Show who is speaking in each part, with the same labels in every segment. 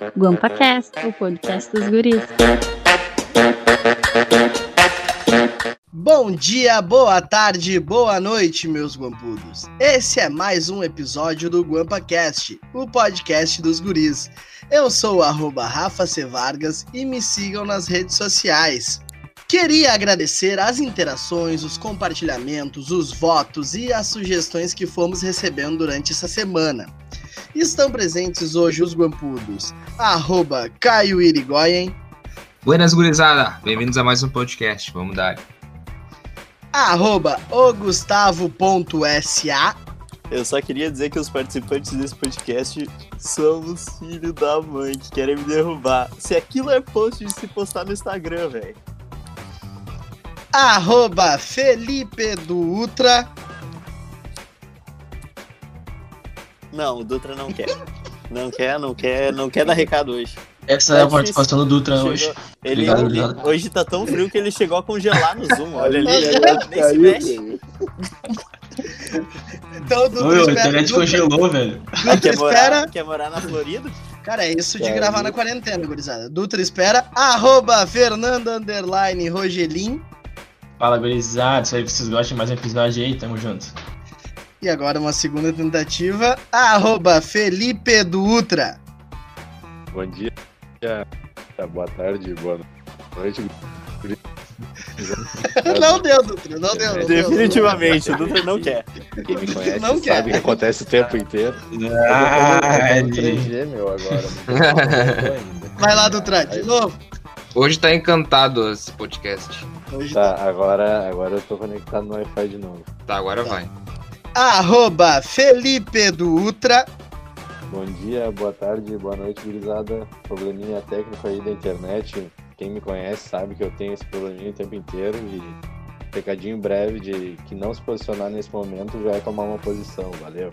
Speaker 1: GuampaCast, o podcast dos guris.
Speaker 2: Bom dia, boa tarde, boa noite, meus guampudos. Esse é mais um episódio do GuampaCast, o podcast dos guris. Eu sou o @Rafa C. Vargas e me sigam nas redes sociais. Queria agradecer as interações, os compartilhamentos, os votos e as sugestões que fomos recebendo durante essa semana. Estão presentes hoje os guampudos @Caio Irigoyen.
Speaker 3: Buenas, gurizada! Bem-vindos a mais um podcast, vamos dar.
Speaker 2: @ogustavo.sa.
Speaker 4: Eu só queria dizer que os participantes desse podcast são os filhos da mãe que querem me derrubar. Se aquilo é post de se postar no Instagram, velho.
Speaker 2: Felipe do Ultra.
Speaker 4: Não, o Dutra não quer. Não quer dar recado hoje.
Speaker 5: Essa é a participação do Dutra hoje.
Speaker 4: Hoje tá tão frio que ele chegou a congelar no Zoom. Olha ali, ele nem se mexe.
Speaker 2: Então o Dutra
Speaker 5: a internet congelou, velho.
Speaker 4: Quer morar na Florida?
Speaker 2: Cara, é isso de gravar na quarentena, gurizada. Dutra espera. @Fernando_Rogelin.
Speaker 5: Fala, gurizada. Espero que vocês gostem de mais um episódio aí. Tamo junto.
Speaker 2: E agora uma segunda tentativa. @Felipe do Ultra.
Speaker 6: Bom dia, boa tarde, boa noite.
Speaker 2: Não deu, Dutra, não deu.
Speaker 4: Definitivamente, o Dutra não quer.
Speaker 6: Quem me conhece
Speaker 2: não
Speaker 6: sabe que acontece o tempo inteiro.
Speaker 2: Vai lá, Dutra, de novo.
Speaker 3: Hoje tá encantado esse podcast.
Speaker 2: Hoje
Speaker 6: tá, agora eu tô conectado no Wi-Fi de novo.
Speaker 3: Tá, agora vai.
Speaker 2: Felipe do Ultra.
Speaker 6: Bom dia, boa tarde, boa noite, gurizada. Probleminha técnico aí da internet. Quem me conhece sabe que eu tenho esse probleminha o tempo inteiro. E recadinho breve de que não se posicionar nesse momento já é tomar uma posição, valeu.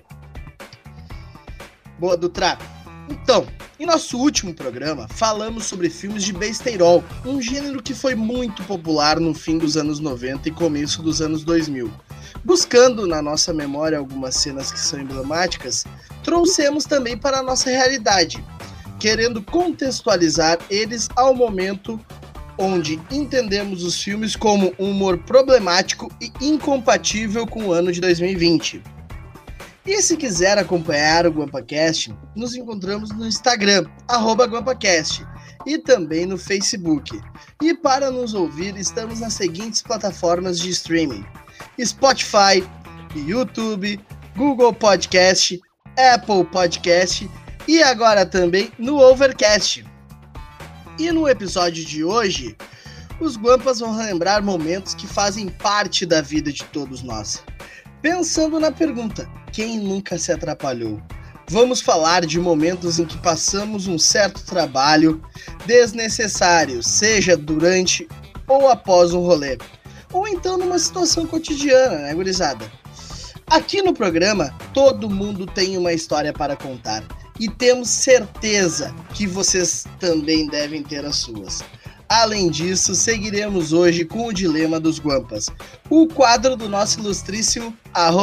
Speaker 2: Boa, Dutra. Então, em nosso último programa, falamos sobre filmes de besteirol, um gênero que foi muito popular no fim dos anos 90 e começo dos anos 2000. Buscando na nossa memória algumas cenas que são emblemáticas, trouxemos também para a nossa realidade, querendo contextualizar eles ao momento onde entendemos os filmes como um humor problemático e incompatível com o ano de 2020. E se quiser acompanhar o GuampaCast, nos encontramos no Instagram, @GuampaCast, e também no Facebook. E para nos ouvir, estamos nas seguintes plataformas de streaming: Spotify, YouTube, Google Podcast, Apple Podcast e agora também no Overcast. E no episódio de hoje, os Guampas vão relembrar momentos que fazem parte da vida de todos nós. Pensando na pergunta, quem nunca se atrapalhou? Vamos falar de momentos em que passamos um certo trabalho desnecessário, seja durante ou após um rolê, ou então numa situação cotidiana, né, gurizada? Aqui no programa, todo mundo tem uma história para contar e temos certeza que vocês também devem ter as suas. Além disso, seguiremos hoje com o Dilema dos Guampas, o quadro do nosso ilustríssimo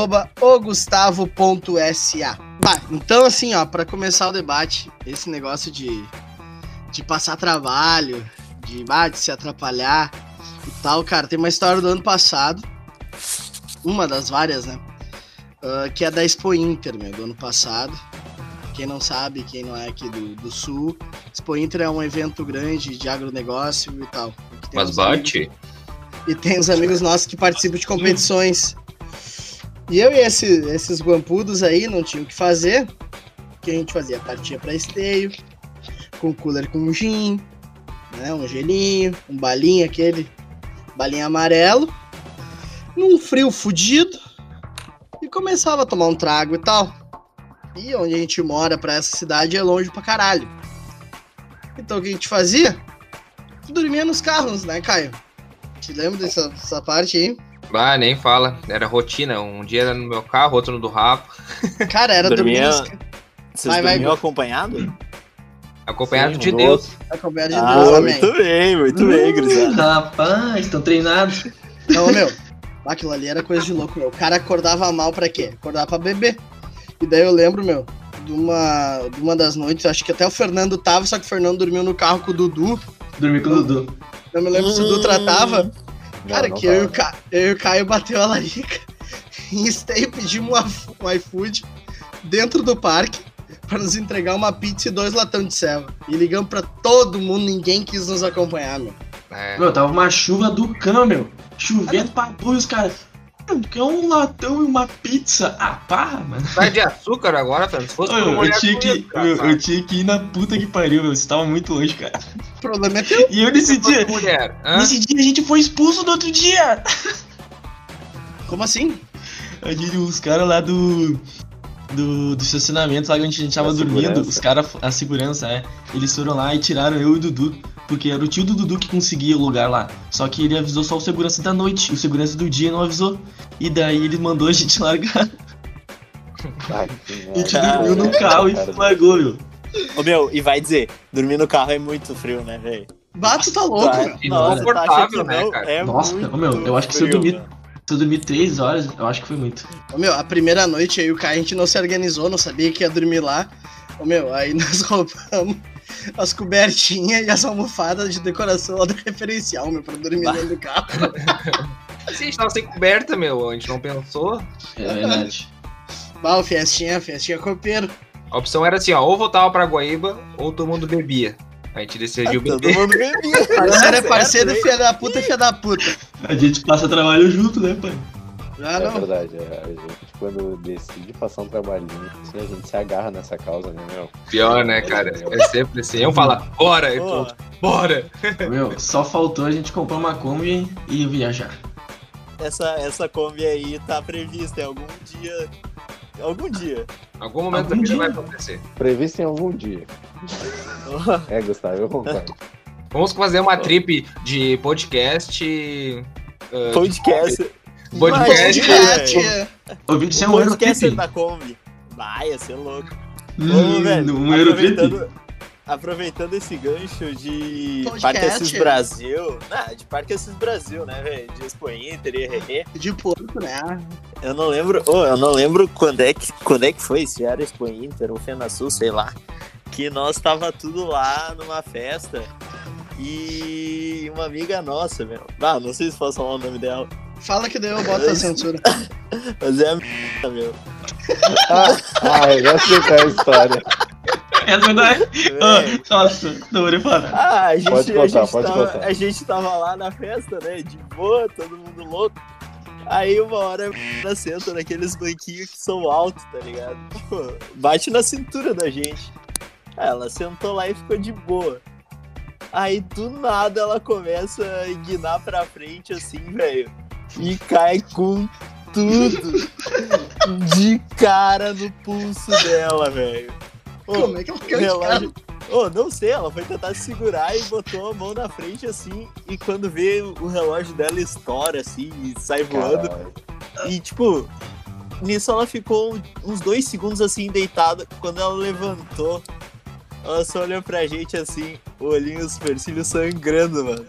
Speaker 2: @ogustavo.sa. Então assim, para começar o debate, esse negócio de passar trabalho, de se atrapalhar e tal, cara, tem uma história do ano passado, uma das várias, né, que é da Expo Inter, do ano passado. Quem não sabe, quem não é aqui do Sul, Expo Inter é um evento grande de agronegócio e tal.
Speaker 3: Mas bate?
Speaker 2: E tem os amigos nossos que participam de competições. E eu e esses guampudos aí não tinham o que fazer. O que a gente fazia? Partia pra esteio, com cooler com gin, né, um gelinho, um balinho balinho amarelo, num frio fudido, e começava a tomar um trago e tal. E onde a gente mora, pra essa cidade, é longe pra caralho. Então o que a gente fazia? Dormia nos carros, né, Caio? Te lembra dessa parte aí?
Speaker 3: Nem fala. Era rotina. Um dia era no meu carro, outro no do Rafa.
Speaker 2: Cara, era dormir nos carros.
Speaker 4: Vocês dormiam acompanhado?
Speaker 3: Acompanhado de Deus.
Speaker 2: Acompanhado de Deus, amém.
Speaker 4: Muito bem, gurizada.
Speaker 5: Rapaz, estão treinados.
Speaker 2: Não, aquilo ali era coisa de louco, meu. O cara acordava mal pra quê? Acordava pra beber. E daí eu lembro, de uma das noites, acho que até o Fernando tava, só que o Fernando dormiu no carro com o Dudu.
Speaker 5: Dormi com o Dudu.
Speaker 2: Não me lembro se o Dudu tratava. Cara,
Speaker 6: não
Speaker 2: que eu e o Caio bateu a larica em Esteio, pedimos um iFood dentro do parque pra nos entregar uma pizza e 2 latão de ceva. E ligamos pra todo mundo, ninguém quis nos acompanhar, meu.
Speaker 5: Meu, tava uma chuva do cão, meu. Chovendo pra burro, os caras. Quer um latão e uma pizza? Ah, pá, mano.
Speaker 3: Vai de açúcar agora, Fernando? Se fosse
Speaker 5: Eu tinha que ir na puta que pariu, meu. Você tava muito longe, cara.
Speaker 2: O problema é teu.
Speaker 5: E eu nesse dia.
Speaker 3: Nesse
Speaker 5: dia a gente foi expulso no outro dia.
Speaker 2: Como assim?
Speaker 5: Os caras lá do estacionamento, lá onde a gente tava dormindo, os caras, a segurança, eles foram lá e tiraram eu e o Dudu, porque era o tio do Dudu que conseguia o lugar lá, só que ele avisou só o segurança da noite, o segurança do dia não avisou, e daí ele mandou a gente largar. A gente dormiu no carro e largou, meu.
Speaker 4: Ô, meu, e vai dizer, dormir no carro é muito frio, né, velho?
Speaker 2: Bato, tá louco, meu.
Speaker 3: Inconfortável, né, cara?
Speaker 4: É
Speaker 5: nossa,
Speaker 4: muito
Speaker 5: meu, eu acho que se eu dormir 3 horas, eu acho que foi muito.
Speaker 2: Ô, meu, a primeira noite aí o Caio, a gente não se organizou, não sabia que ia dormir lá. Ô, meu, aí nós roubamos as cobertinhas e as almofadas de decoração lá do referencial, meu, pra dormir dentro do carro.
Speaker 3: Sim, a gente tava sem coberta, meu, a gente não pensou.
Speaker 5: É verdade.
Speaker 2: Bah, festinha copeiro.
Speaker 3: A opção era assim, ó, ou voltava pra Guaíba, ou todo mundo bebia. A gente decidiu
Speaker 4: Todo
Speaker 3: beber.
Speaker 4: mundo bebia.
Speaker 2: Parceiro é parceiro, filha da puta é filha da puta.
Speaker 5: A gente passa trabalho junto, né, pai?
Speaker 2: Já
Speaker 6: É
Speaker 2: não.
Speaker 6: verdade, a gente quando decide passar um trabalhinho, assim, a gente se agarra nessa causa, né, meu?
Speaker 3: Pior, né, cara? É sempre assim. Eu falo, bora, e
Speaker 4: Pô,
Speaker 3: pronto, bora.
Speaker 5: Meu, só faltou a gente comprar uma Kombi e viajar.
Speaker 4: essa Kombi aí tá prevista em algum dia. Algum dia.
Speaker 3: Algum momento da
Speaker 5: Algum
Speaker 3: vida
Speaker 5: dia.
Speaker 3: vai acontecer.
Speaker 6: Previsto em algum dia. Gustavo, eu concordo.
Speaker 3: Vamos fazer uma trip de podcast.
Speaker 4: Podcast.
Speaker 3: Podcast.
Speaker 4: Imagina,
Speaker 5: Eu vi que você é
Speaker 4: o
Speaker 5: um
Speaker 4: podcast
Speaker 5: Eurotrip.
Speaker 4: da Kombi. Vai, ia ser louco. Ô, velho,
Speaker 5: Um Eurotrip.
Speaker 4: aproveitando esse gancho de
Speaker 2: Podcast.
Speaker 4: Parque Assis Brasil. De Parque Assis Brasil, né, velho? De Expo Inter e RR.
Speaker 2: De porco, né?
Speaker 4: Eu não lembro quando é que foi, se era Expo Inter ou FenaSul, sei lá. Que nós tava tudo lá numa festa e uma amiga nossa, meu. Não sei se posso falar o nome dela.
Speaker 2: Fala que daí eu boto a censura.
Speaker 4: Mas é a m***, meu.
Speaker 6: Eu já sei qual é a história.
Speaker 5: Essa não é.
Speaker 4: Véi.
Speaker 5: Nossa, não vou falar.
Speaker 6: Pode contar.
Speaker 4: A gente tava lá na festa, né? De boa, todo mundo louco. Aí uma hora a senta naqueles banquinhos que são altos, tá ligado? Pô, bate na cintura da gente. Ela sentou lá e ficou de boa. Aí do nada ela começa a guinar pra frente assim, velho. E cai com tudo de cara no pulso dela, velho.
Speaker 2: Como é que ela caiu de cara?
Speaker 4: Não sei, ela foi tentar se segurar e botou a mão na frente assim, e quando vê o relógio dela estoura assim e sai voando.
Speaker 6: Caralho.
Speaker 4: E tipo, nisso ela ficou uns 2 segundos assim deitada. Quando ela levantou, ela só olhou pra gente assim, o olhinho, os supercílios sangrando, mano.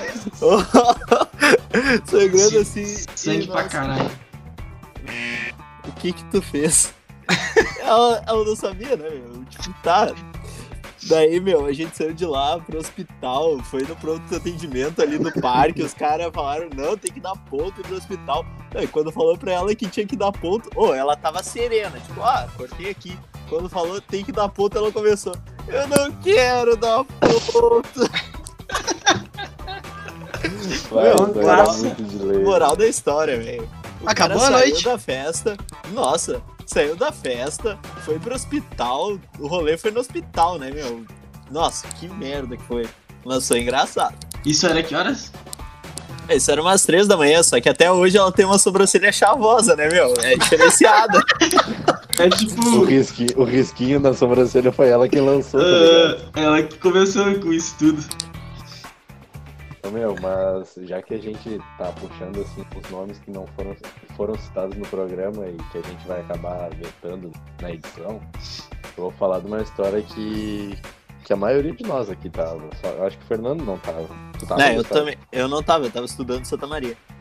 Speaker 4: Sangrando assim.
Speaker 5: Sangue pra caralho.
Speaker 4: O que tu fez? ela não sabia, né, meu? Tipo, tá. Daí, meu, a gente saiu de lá pro hospital, foi no pronto atendimento ali no parque, os caras falaram, não, tem que dar ponto pro hospital. E quando falou pra ela que tinha que dar ponto, ela tava serena, tipo, cortei aqui. Quando falou tem que dar ponto, ela começou, eu não quero dar ponto. Moral da história, velho.
Speaker 2: Acabou a noite.
Speaker 4: Saiu da festa, foi pro hospital, o rolê foi no hospital, né, meu? Nossa, que merda que foi. Mas foi engraçado.
Speaker 5: Isso era que horas?
Speaker 4: Isso era umas 3 da manhã, só que até hoje ela tem uma sobrancelha chavosa, né, meu? É diferenciada.
Speaker 5: É tipo.
Speaker 6: O risquinho da sobrancelha foi ela que lançou, tá ligado?
Speaker 5: Ela que começou com isso tudo.
Speaker 6: Meu, mas já que a gente tá puxando assim os nomes que não foram citados no programa e que a gente vai acabar vetando na edição, eu vou falar de uma história que a maioria de nós aqui tava. Eu acho que o Fernando não tava. Tu tava,
Speaker 4: Eu também. Eu não tava, eu tava estudando em Santa Maria.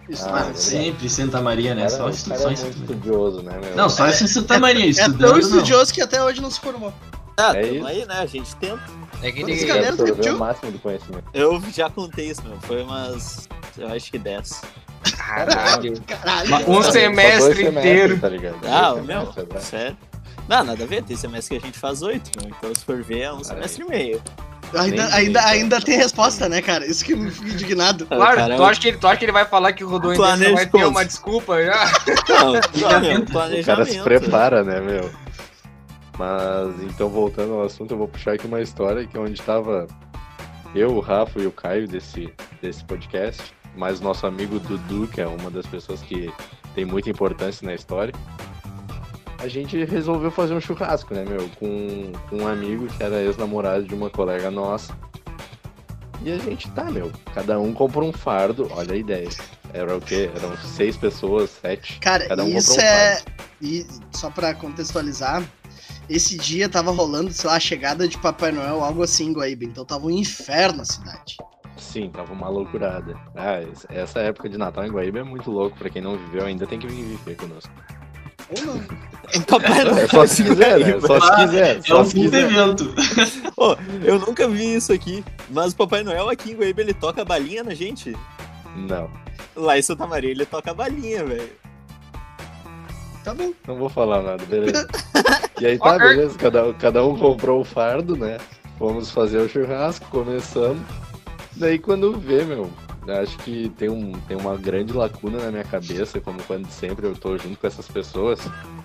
Speaker 2: Isso
Speaker 6: Ah,
Speaker 2: não é.
Speaker 6: verdade.
Speaker 5: Sempre Santa Maria, né? Só
Speaker 6: O
Speaker 5: estu-
Speaker 6: cara
Speaker 5: só
Speaker 6: é muito
Speaker 5: estu-
Speaker 6: estudioso, né, meu?
Speaker 5: Não, só isso em Santa Maria,
Speaker 2: É
Speaker 5: estudando
Speaker 2: tão
Speaker 5: não.
Speaker 2: estudioso que até hoje não se formou.
Speaker 4: Ah,
Speaker 6: É
Speaker 4: tamo
Speaker 6: isso.
Speaker 4: aí, né? A gente tenta.
Speaker 3: É que
Speaker 2: Quantas
Speaker 3: nem...
Speaker 2: cadeiras tu
Speaker 6: absorver
Speaker 2: repetiu?
Speaker 6: o máximo do conhecimento.
Speaker 4: Eu já contei isso, meu. Foi umas. Eu acho que 10.
Speaker 3: Caralho.
Speaker 2: Caralho.
Speaker 3: Mas um
Speaker 6: Só
Speaker 3: semestre
Speaker 6: dois semestres,
Speaker 3: inteiro.
Speaker 6: tá ligado?
Speaker 4: Ah,
Speaker 6: Dois
Speaker 4: meu,
Speaker 6: semestres, né?
Speaker 4: sério. Não, nada a ver. Tem semestre que a gente faz 8, meu. Então, se for ver, é um semestre e meio.
Speaker 2: Ainda tem resposta, né, cara? Isso que me fica indignado.
Speaker 3: Claro,
Speaker 4: Cara,
Speaker 3: tu acha que ele vai falar que rodou em dezembro,
Speaker 4: Planeja
Speaker 3: vai ter
Speaker 4: todos.
Speaker 3: uma desculpa já?
Speaker 4: Não, meu,
Speaker 6: O cara se
Speaker 4: planejamento.
Speaker 6: prepara, né, meu? Mas, então, voltando ao assunto, eu vou puxar aqui uma história que é onde tava eu, o Rafa e o Caio desse podcast, mais o nosso amigo Dudu, que é uma das pessoas que tem muita importância na história. A gente resolveu fazer um churrasco, né, meu? Com um amigo que era ex-namorado de uma colega nossa. E a gente meu. Cada um comprou um fardo. Olha a ideia. Era o quê? Eram 6 pessoas, 7.
Speaker 2: Cara,
Speaker 6: Cada um
Speaker 2: isso
Speaker 6: comprou um
Speaker 2: é.
Speaker 6: fardo.
Speaker 2: E só pra contextualizar, esse dia tava rolando, sei lá, a chegada de Papai Noel, algo assim em Guaíba. Então tava um inferno a cidade.
Speaker 6: Sim, tava uma loucurada. Ah, essa época de Natal em Guaíba é muito louco. Pra quem não viveu ainda, tem que viver conosco.
Speaker 2: Ou não.
Speaker 4: Papai Noel.
Speaker 6: É só se quiser, né? Só se quiser.
Speaker 5: É
Speaker 6: Só
Speaker 5: um
Speaker 6: se
Speaker 5: puto
Speaker 6: quiser.
Speaker 5: evento.
Speaker 4: Ô, eu nunca vi isso aqui. Mas o Papai Noel aqui em Guaíba, ele toca balinha na gente.
Speaker 6: Não,
Speaker 4: Lá em Santa Maria, ele toca balinha, velho.
Speaker 2: Tá bom.
Speaker 6: não vou falar nada, beleza. E aí tá,
Speaker 3: Ok.
Speaker 6: beleza. Cada um comprou o fardo, né? Fomos fazer o churrasco, começamos. Daí quando vê, meu, acho que tem uma grande lacuna na minha cabeça, como quando sempre eu tô junto com essas pessoas.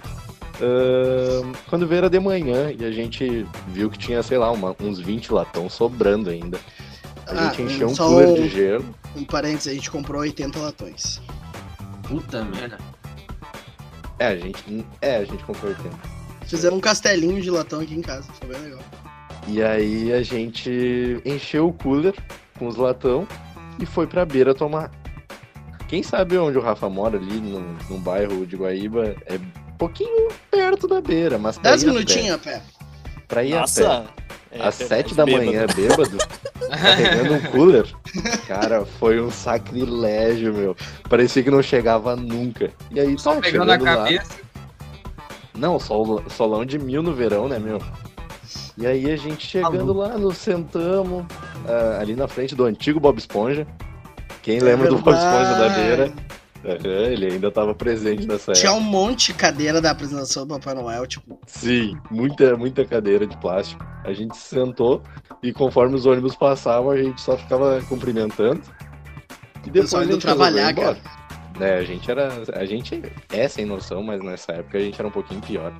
Speaker 6: Quando veio era de manhã e a gente viu que tinha, sei lá, uns 20 latão sobrando ainda. A gente encheu um
Speaker 2: só
Speaker 6: cooler de gelo.
Speaker 2: Um parênteses, a gente comprou 80 latões.
Speaker 5: Puta merda.
Speaker 6: A gente comprou 80.
Speaker 2: Fizeram um castelinho de latão aqui em casa, foi bem legal.
Speaker 6: E aí a gente encheu o cooler com os latão e foi pra beira tomar. Quem sabe onde o Rafa mora, ali num bairro de Guaíba, é um pouquinho perto da beira, mas pra
Speaker 2: 10
Speaker 6: ir a pé.
Speaker 2: minutinhos a pé.
Speaker 6: Pra ir a pé.
Speaker 4: Nossa.
Speaker 6: Às 7 da manhã, bêbado, carregando um cooler. Cara, foi um sacrilégio, meu. Parecia que não chegava nunca. E aí,
Speaker 3: Só
Speaker 6: tá,
Speaker 3: pegando a
Speaker 6: chegando lá.
Speaker 3: cabeça.
Speaker 6: Não, solão de 1000 no verão, né, meu? E aí a gente chegando lá, nos sentamos ali na frente do antigo Bob Esponja. Quem lembra do Bob Esponja da beira? Ele ainda tava presente nessa
Speaker 2: Tinha
Speaker 6: época.
Speaker 2: um monte de cadeira da apresentação do Papai Noel, tipo,
Speaker 6: Sim, muita cadeira de plástico. A gente sentou e conforme os ônibus passavam, a gente só ficava cumprimentando. E depois
Speaker 2: pessoal
Speaker 6: a
Speaker 2: indo
Speaker 6: gente resolveu ir
Speaker 2: trabalhar,
Speaker 6: embora. Né, a gente é sem noção, mas nessa época a gente era um pouquinho pior.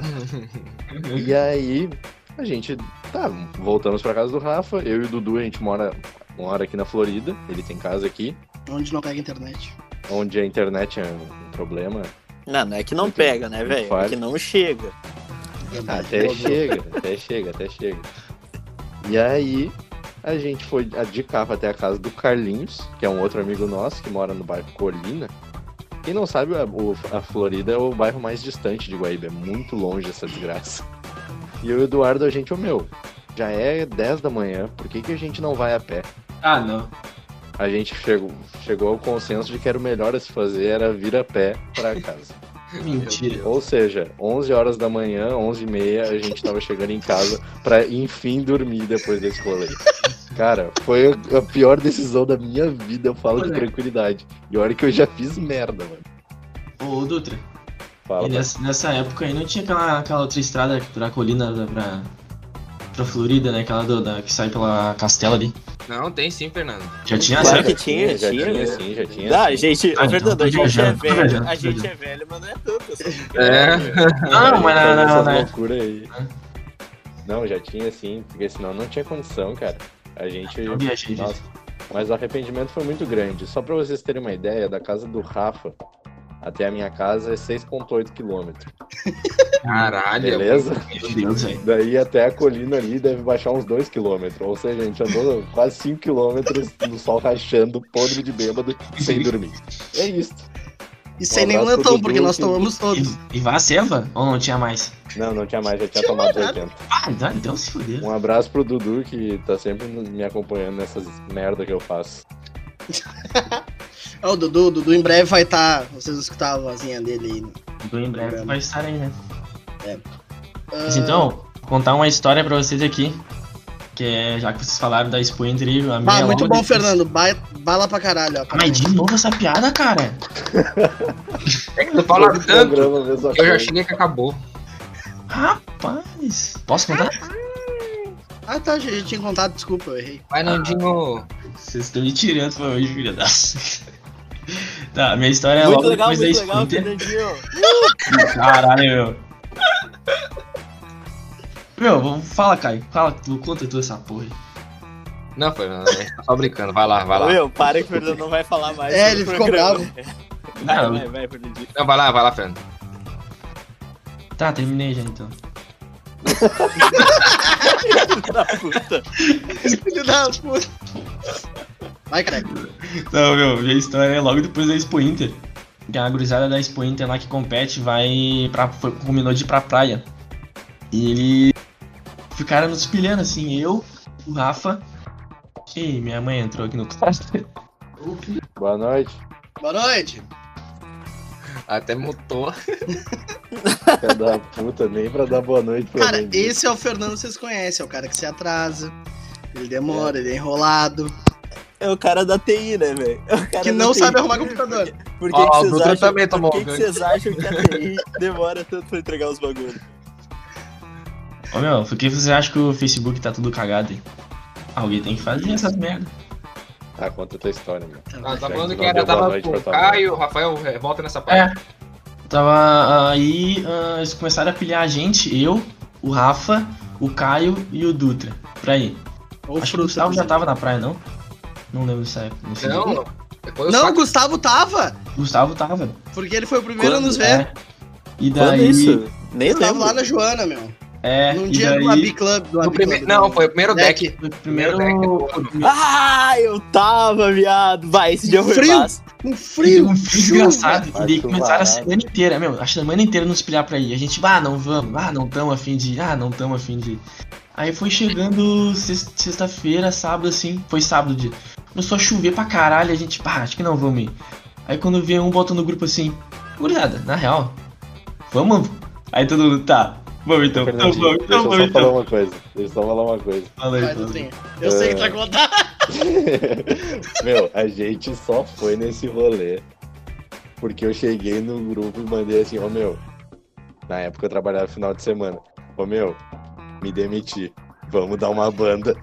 Speaker 6: E aí, a gente, voltamos pra casa do Rafa, eu e o Dudu, a gente mora aqui na Florida, ele tem casa aqui,
Speaker 2: onde não pega internet.
Speaker 6: onde a internet é um problema.
Speaker 4: Não é que não pega, né, velho? É
Speaker 6: Falha.
Speaker 4: que não chega.
Speaker 6: Até chega. E aí, a gente foi de carro até a casa do Carlinhos, que é um outro amigo nosso, que mora no bairro Colina. Quem não sabe, a Florida é o bairro mais distante de Guaíba, é muito longe essa desgraça. E eu e o Eduardo, a gente, já é 10 da manhã, por que a gente não vai a pé?
Speaker 5: Ah, não.
Speaker 6: A gente chegou ao consenso de que era o melhor a se fazer, era vir a pé pra casa.
Speaker 5: Mentira.
Speaker 6: Ou seja, 11 horas da manhã, 11h30, a gente tava chegando em casa pra, enfim, dormir depois desse rolê. Cara, foi a pior decisão da minha vida, eu falo com tranquilidade. E olha que eu já fiz merda, mano.
Speaker 5: Ô, Dutra,
Speaker 6: Fala,
Speaker 5: e nessa época aí não tinha aquela outra estrada pra colina pra Florida, né? Aquela que sai pela Castela ali.
Speaker 3: Não, tem sim, Fernando.
Speaker 5: Já tinha
Speaker 4: Claro
Speaker 5: essa?
Speaker 4: que tinha,
Speaker 6: já
Speaker 4: tinha.
Speaker 6: tinha.
Speaker 4: Ah, gente,
Speaker 5: Ah, então
Speaker 4: Fernando,
Speaker 5: tô
Speaker 4: a gente é
Speaker 5: viajando, tô
Speaker 4: velho.
Speaker 5: viajando,
Speaker 4: A
Speaker 5: tô
Speaker 4: gente
Speaker 5: viajando.
Speaker 4: é velho, mas não é tanto.
Speaker 5: Não, mas
Speaker 6: Essas
Speaker 5: não.
Speaker 6: loucuras aí. Não, já tinha sim, porque senão não tinha condição, cara. A gente.
Speaker 5: Eu viajei,
Speaker 6: Nossa, mas o arrependimento foi muito grande. Só pra vocês terem uma ideia, da casa do Rafa até a minha casa é 6,8 km.
Speaker 3: Caralho.
Speaker 6: Beleza?
Speaker 5: Meu Deus, velho.
Speaker 6: Daí até a colina ali deve baixar uns 2 km. Ou seja, a gente andou quase 5 km no sol rachando, podre de bêbado, sem dormir. É isso.
Speaker 2: E sem
Speaker 6: Um
Speaker 2: nenhum
Speaker 6: abraço pro
Speaker 2: letão,
Speaker 6: Dudu,
Speaker 2: porque nós
Speaker 6: que-
Speaker 2: tomamos todos.
Speaker 5: E vai a Seva? Ou não tinha mais?
Speaker 6: Não tinha mais, já tinha
Speaker 2: Tinha
Speaker 6: tomado
Speaker 2: mais
Speaker 6: 80.
Speaker 5: Ah, então se fuder.
Speaker 6: Um abraço pro Dudu, que tá sempre me acompanhando nessas merda que eu faço.
Speaker 2: Ó, o Dudu em breve vai estar. Vocês escutaram a vozinha dele aí.
Speaker 5: Então em breve vai estar aí, né?
Speaker 2: É.
Speaker 5: Mas então, vou contar uma história pra vocês aqui. Que é, já que vocês falaram da Expo Inter, a minha
Speaker 2: Muito
Speaker 5: logo
Speaker 2: bom,
Speaker 5: depois-
Speaker 2: Fernando. Bala pra caralho, ó.
Speaker 5: Mas de novo essa piada, cara.
Speaker 3: É que tu fala
Speaker 6: Todo
Speaker 3: tanto
Speaker 6: programa, a mesma
Speaker 3: que eu já
Speaker 6: coisa.
Speaker 3: cheguei que acabou.
Speaker 5: Rapaz. Posso contar?
Speaker 2: Ah, tá, já tinha contado, desculpa, eu errei.
Speaker 3: Vai, Nandinho.
Speaker 5: Vocês estão me tirando pra hoje, filha da... Tá, minha história é
Speaker 4: Muito
Speaker 5: logo
Speaker 4: legal,
Speaker 5: depois da
Speaker 4: muito
Speaker 5: Expo
Speaker 4: legal,
Speaker 5: Inter.
Speaker 4: Fernandinho.
Speaker 5: Caralho, meu. Meu, vamos, fala, Caio. Fala, conta tu essa porra aí.
Speaker 3: Não, Fernando, a gente tá só brincando. Vai lá, vai lá.
Speaker 4: Meu, para que o Fernando não vai falar mais.
Speaker 2: É,
Speaker 4: sobre
Speaker 2: ele
Speaker 4: o
Speaker 2: ficou
Speaker 4: programa.
Speaker 5: Não.
Speaker 4: Vai, Fernandinho.
Speaker 3: Não, vai lá, Fernando.
Speaker 5: Tá, terminei já então.
Speaker 4: Da puta.
Speaker 2: Filho da puta. Vai, careca.
Speaker 5: Então, meu, minha história é logo depois da Expo Inter. Que a gurizada da Expo Inter lá que compete combinou de ir pra praia. E ele ficaram nos pilhando assim, eu, o Rafa. Ih, minha mãe entrou aqui no quarto.
Speaker 6: Boa noite.
Speaker 2: Boa noite.
Speaker 3: Até mutou.
Speaker 6: Filha da puta, nem pra dar boa noite pra
Speaker 2: Cara,
Speaker 6: mim.
Speaker 2: esse é o Fernando que vocês conhecem. É o cara que se atrasa. Ele demora, ele é enrolado.
Speaker 4: É o cara da TI, né, velho? É o cara
Speaker 2: Que
Speaker 4: da
Speaker 2: não
Speaker 4: TI.
Speaker 2: sabe arrumar computador.
Speaker 4: Por que,
Speaker 3: Ó,
Speaker 4: que
Speaker 3: o
Speaker 4: vocês
Speaker 3: Dutra
Speaker 4: acham,
Speaker 3: também tomou
Speaker 4: por que, que
Speaker 3: ganho.
Speaker 4: vocês acham que a TI demora tanto pra entregar os bagulhos?
Speaker 5: Ô meu, por que você acha que o Facebook tá tudo cagado aí? Alguém tem que fazer essas merda.
Speaker 6: Ah, conta a tua história, meu.
Speaker 3: Ah, tá
Speaker 6: Já
Speaker 3: falando
Speaker 6: que
Speaker 3: que
Speaker 6: não
Speaker 3: era
Speaker 6: deu boa
Speaker 3: tava
Speaker 6: noite
Speaker 3: com
Speaker 6: pra
Speaker 3: o
Speaker 6: tua
Speaker 3: Caio, Rafael, volta nessa parte.
Speaker 5: Tava aí, eles começaram a pilhar a gente, eu, o Rafa, o Caio e o Dutra, pra ir.
Speaker 2: Ou
Speaker 5: Acho que o Gustavo já tava na praia, não? Não lembro dessa época. Não sei.
Speaker 3: Não, depois
Speaker 2: Não,
Speaker 3: eu
Speaker 2: o Gustavo tava.
Speaker 5: O Gustavo tava.
Speaker 2: Porque ele foi o primeiro a
Speaker 4: Quando?
Speaker 2: nos ver.
Speaker 5: É. E
Speaker 4: Quando
Speaker 5: daí.
Speaker 4: isso? Nem
Speaker 2: Ele tava
Speaker 4: lembro.
Speaker 2: lá na Joana, meu.
Speaker 5: É,
Speaker 2: Num
Speaker 5: e
Speaker 2: dia
Speaker 5: daí,
Speaker 2: do Abi Club.
Speaker 3: No primeiro, não, foi o primeiro deck.
Speaker 5: o primeiro.
Speaker 4: Ah, eu tava, viado. Vai, esse dia foi
Speaker 2: Frio.
Speaker 4: fácil.
Speaker 2: Um frio.
Speaker 5: Um frio desgraçado.
Speaker 6: chuva.
Speaker 5: E daí começaram a
Speaker 6: Chuvarada.
Speaker 5: semana inteira, meu. A semana inteira nos pilhar pra ir. A gente, não vamos. Não tamo afim de ir. Não tamo afim de ir. Aí foi chegando sexta-feira, sábado assim. Foi sábado o dia. Começou a chover pra caralho. A gente, acho que não vamos ir. Aí quando vê um botou no grupo assim: gurizada, na real, vamos. Aí todo mundo, tá. Vamos então. Então
Speaker 6: Fernandinho,
Speaker 5: vamos,
Speaker 6: deixa
Speaker 5: então
Speaker 6: eu
Speaker 5: vamos
Speaker 6: só falar
Speaker 5: então.
Speaker 6: uma coisa. Deixa eu só falar uma coisa.
Speaker 5: Fala aí,
Speaker 2: Vai,
Speaker 5: fala aí.
Speaker 2: Dutrinha. Eu sei que tu vai contar.
Speaker 6: Meu, a gente só foi nesse rolê porque eu cheguei no grupo e mandei assim, ô meu, na época eu trabalhava no final de semana, ô meu, me demiti, vamos dar uma banda.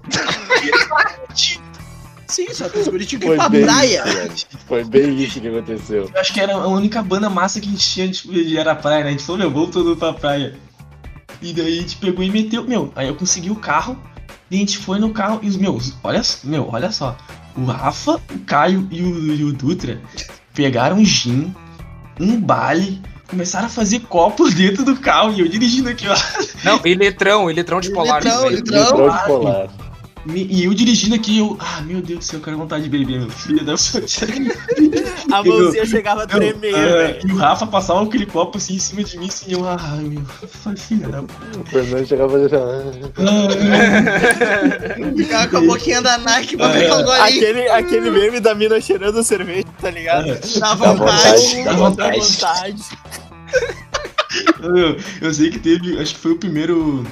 Speaker 2: Sim, só que os guri tinham que ir
Speaker 6: Foi
Speaker 2: pra
Speaker 6: bem
Speaker 2: praia.
Speaker 6: isso, velho. Foi bem isso que aconteceu.
Speaker 5: Eu acho que era a única banda massa que a gente tinha, tipo, era a praia, né? A gente falou, vamos todo mundo pra praia. E daí a gente pegou e meteu, aí eu consegui o carro, e a gente foi no carro, e os meus, olha só, o Rafa, o Caio e o Dutra pegaram gin, um baile, começaram a fazer copo dentro do carro, e eu dirigindo aqui, ó.
Speaker 3: Não, e litrão de polar.
Speaker 2: Litrão,
Speaker 3: também.
Speaker 2: litrão.
Speaker 6: Litrão de polar.
Speaker 5: E eu dirigindo aqui, meu Deus do céu, eu quero vontade de beber, meu filho da puta.
Speaker 4: A mãozinha chegava a tremer, velho.
Speaker 5: E o Rafa passava aquele copo assim em cima de mim, assim, eu, meu, filha da
Speaker 6: O Fernando chegava a fazer
Speaker 2: Ficava com a boquinha da Nike pra pegar um golinho.
Speaker 4: Aquele meme da mina cheirando cerveja, tá ligado?
Speaker 2: Dá
Speaker 6: Dá
Speaker 2: vontade.
Speaker 5: Dá vontade.
Speaker 4: vontade.
Speaker 5: Eu sei que teve, acho que foi o primeiro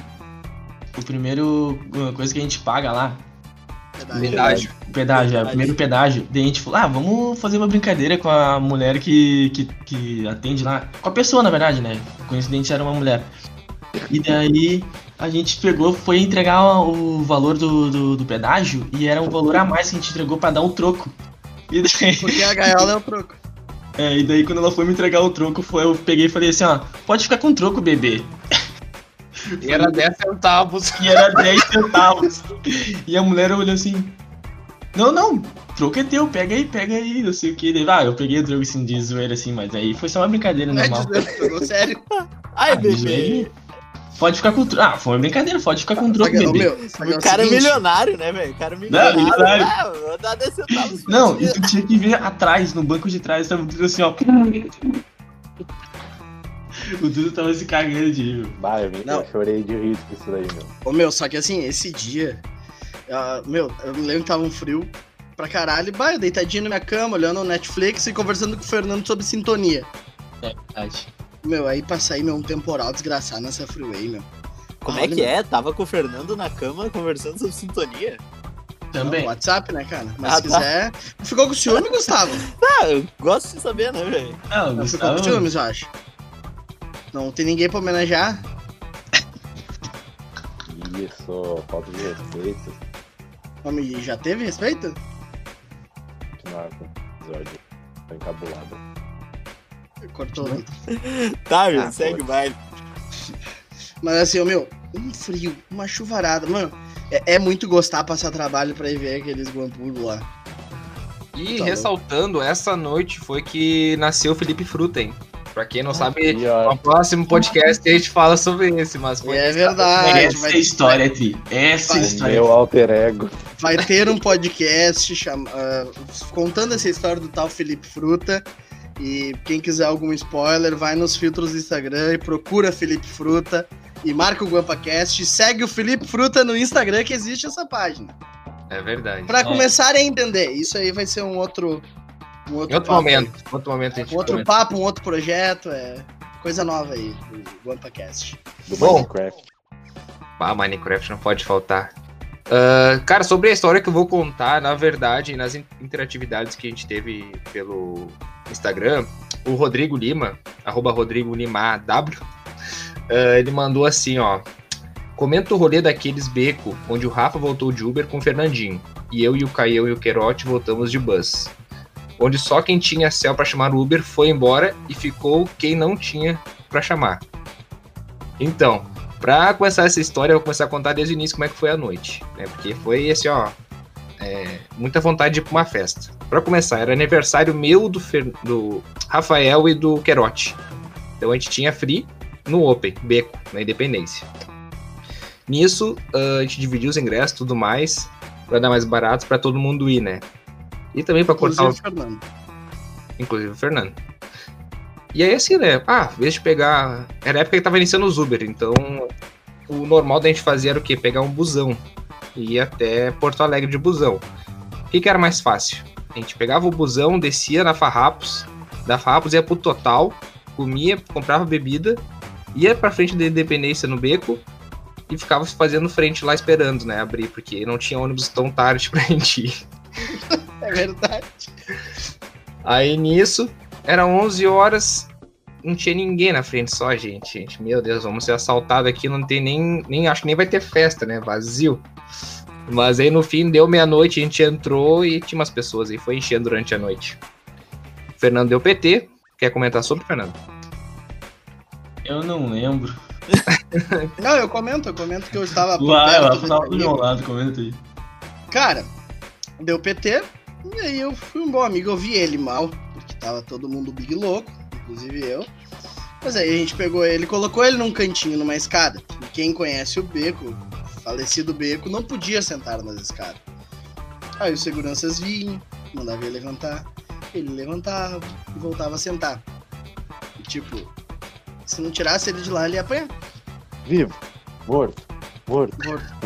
Speaker 5: coisa que a gente paga lá,
Speaker 3: Pedágio.
Speaker 5: o pedágio, o primeiro pedágio. Daí a gente falou, vamos fazer uma brincadeira com a mulher que atende lá, com a pessoa na verdade, né, coincidente era uma mulher. E daí a gente foi entregar o valor do pedágio e era um valor a mais que a gente entregou pra dar um troco. E daí,
Speaker 2: Porque a gaiola é o troco.
Speaker 5: e daí quando ela foi me entregar o troco, eu peguei e falei assim, pode ficar com o troco, bebê.
Speaker 3: E era 10 centavos.
Speaker 5: E era 10 centavos. E a mulher olhou assim: Não, troco é teu, pega aí, não sei o que. Eu peguei o troco assim de zoeira assim, mas aí foi só uma brincadeira
Speaker 2: Não é
Speaker 5: normal.
Speaker 2: de Deus, sério.
Speaker 4: Ai,
Speaker 5: de
Speaker 4: bebê.
Speaker 5: zoeira. Pode ficar com o troco. Foi uma brincadeira, pode ficar com o troco, bebê.
Speaker 4: O cara é milionário, né, velho? O cara é milionário.
Speaker 5: milionário.
Speaker 4: Vou dar 10 centavos.
Speaker 5: Não, e tu tinha que ver atrás, no banco de trás, tava tudo assim, ó. O Dudu tava se cagando de rir.
Speaker 6: Eu chorei de rir com isso daí, meu.
Speaker 2: Ô, meu, só que assim, esse dia... eu lembro que tava um frio pra caralho. Bah, eu deitadinho na minha cama, olhando o Netflix e conversando com o Fernando sobre sintonia.
Speaker 5: É verdade.
Speaker 2: Meu, aí pra sair, meu, um temporal desgraçado nessa freeway, meu.
Speaker 4: Como é que é? Tava com o Fernando na cama conversando sobre sintonia?
Speaker 5: Também.
Speaker 2: No WhatsApp, né, cara? Mas
Speaker 4: Ah,
Speaker 2: se quiser... Ficou com ciúme, Gustavo?
Speaker 4: Ah, eu gosto de saber, né, velho?
Speaker 5: Ah, o
Speaker 2: Não, ficou
Speaker 5: Gustavo...
Speaker 2: com ciúmes, eu acho. Não tem ninguém pra homenagear?
Speaker 6: Isso, falta de respeito.
Speaker 2: Homem, já teve respeito?
Speaker 6: Continuar com o episódio. Tô encabulado.
Speaker 2: Cortou, Vitor.
Speaker 4: Tá, meu,
Speaker 6: Ah,
Speaker 4: segue o baile.
Speaker 2: Mas assim, ô, meu, um frio, uma chuvarada, mano. É muito gostar passar trabalho pra ir ver aqueles guampulos lá.
Speaker 3: E
Speaker 2: Tá
Speaker 3: ressaltando, essa noite foi que nasceu o Felipe Fruta, hein? Pra quem não sabe,
Speaker 6: E, ó,
Speaker 3: no próximo podcast a gente fala sobre esse, mas foi...
Speaker 2: É verdade.
Speaker 5: Essa é a história, Tri. Essa é a
Speaker 2: Vai-
Speaker 5: história.
Speaker 6: meu alter ego.
Speaker 2: Vai ter um podcast contando essa história do tal Felipe Fruta. E quem quiser algum spoiler, vai nos filtros do Instagram e procura Felipe Fruta. E marca o GuampaCast e segue o Felipe Fruta no Instagram, que existe essa página.
Speaker 3: É verdade.
Speaker 2: Pra começar a entender. Isso aí vai ser um outro
Speaker 3: Em outro
Speaker 2: papo
Speaker 3: momento.
Speaker 2: aí.
Speaker 3: Outro momento a gente
Speaker 2: Um outro
Speaker 3: comenta.
Speaker 2: papo, um outro projeto. É coisa nova aí do GuampaCast.
Speaker 6: Do
Speaker 3: Bom.
Speaker 6: Minecraft.
Speaker 3: Ah, Minecraft não pode faltar. Cara, sobre a história que eu vou contar, na verdade, nas interatividades que a gente teve pelo Instagram, o Rodrigo Lima, @RodrigoLimaW, ele mandou assim, ó: comenta o rolê daqueles beco, onde o Rafa voltou de Uber com o Fernandinho, e eu e o Caião e o Querote voltamos de bus. Onde só quem tinha céu pra chamar o Uber foi embora e ficou quem não tinha pra chamar. Então, pra começar essa história, eu vou começar a contar desde o início como é que foi a noite, né? Porque foi assim, ó, muita vontade de ir pra uma festa. Pra começar, era aniversário meu, do Rafael e do Querote. Então a gente tinha free no Open, beco, na Independência. Nisso, a gente dividiu os ingressos e tudo mais, pra dar mais barato pra todo mundo ir, né? E também pra cortar
Speaker 2: Inclusive, Fernando.
Speaker 3: inclusive o Fernando. E aí assim, né? Em vez de pegar... Era a época que tava iniciando os Uber, então o normal da gente fazer era o quê? Pegar um busão e ir até Porto Alegre de busão. O que era mais fácil? A gente pegava o busão, descia na Farrapos, da Farrapos ia pro Total, comia, comprava bebida, ia pra frente da Independência no beco e ficava fazendo frente lá esperando, né? Abrir, porque não tinha ônibus tão tarde pra gente ir.
Speaker 2: É verdade.
Speaker 3: Aí nisso, eram 11 horas, não tinha ninguém na frente, só a gente. Meu Deus, vamos ser assaltados aqui, não tem nem acho que nem vai ter festa, né? Vazio. Mas aí no fim, deu meia-noite, a gente entrou e tinha umas pessoas aí, foi enchendo durante a noite. O Fernando deu PT, quer comentar sobre, Fernando?
Speaker 5: Eu não lembro.
Speaker 2: Não, eu comento que eu estava por
Speaker 5: Lá,
Speaker 2: perto
Speaker 5: ela
Speaker 2: do
Speaker 5: tava do meu
Speaker 2: amigo.
Speaker 5: lado, comenta aí.
Speaker 2: Cara, deu PT, e aí eu fui um bom amigo, eu vi ele mal, porque tava todo mundo big louco, inclusive eu. Mas aí a gente pegou ele, colocou ele num cantinho, numa escada. E quem conhece o beco, falecido beco, não podia sentar nas escadas. Aí os seguranças vinham, mandavam ele levantar, ele levantava e voltava a sentar. E tipo, se não tirasse ele de lá, ele ia apanhar.
Speaker 6: Vivo. Morto.
Speaker 2: Morto.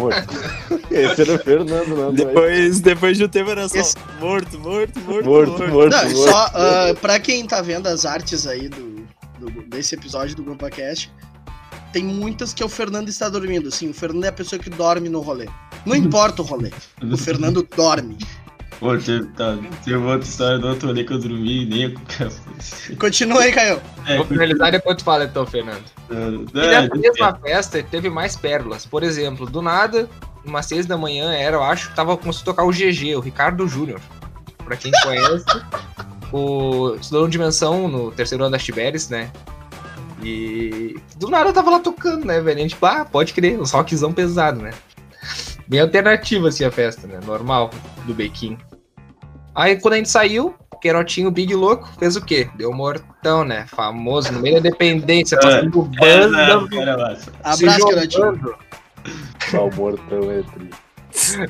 Speaker 6: Esse era o Fernando, não.
Speaker 4: Depois de um tempo era só
Speaker 2: Esse-
Speaker 6: Morto.
Speaker 2: Não, só pra quem tá vendo as artes aí desse episódio do GuampaCast, tem muitas que o Fernando está dormindo. Sim, o Fernando é a pessoa que dorme no rolê. Não importa o rolê, o Fernando dorme.
Speaker 5: Pô, teve outra história do outro rolê que eu dormi e nem eu...
Speaker 2: Continua aí, Caio.
Speaker 3: Vou finalizar e depois tu fala então, Fernando. E nessa mesma festa teve mais pérolas. Por exemplo, do nada, umas 6 da manhã eu acho, tava começando a tocar o GG, o Ricardo Júnior. Pra quem conhece, estudou no Dimensão no terceiro ano das Tibéries, né? E do nada eu tava lá tocando, né, velho? A gente, pode crer, um rockzão pesado, né? Bem alternativa assim a festa, né? Normal, do bequinho. Aí quando a gente saiu, o Querotinho Big Louco fez o quê? Deu mortão, né? Famoso, no meio da Independência, fazendo banda, se
Speaker 2: Abraço, Querotinho.
Speaker 3: jogando.
Speaker 6: Só o mortão é triste.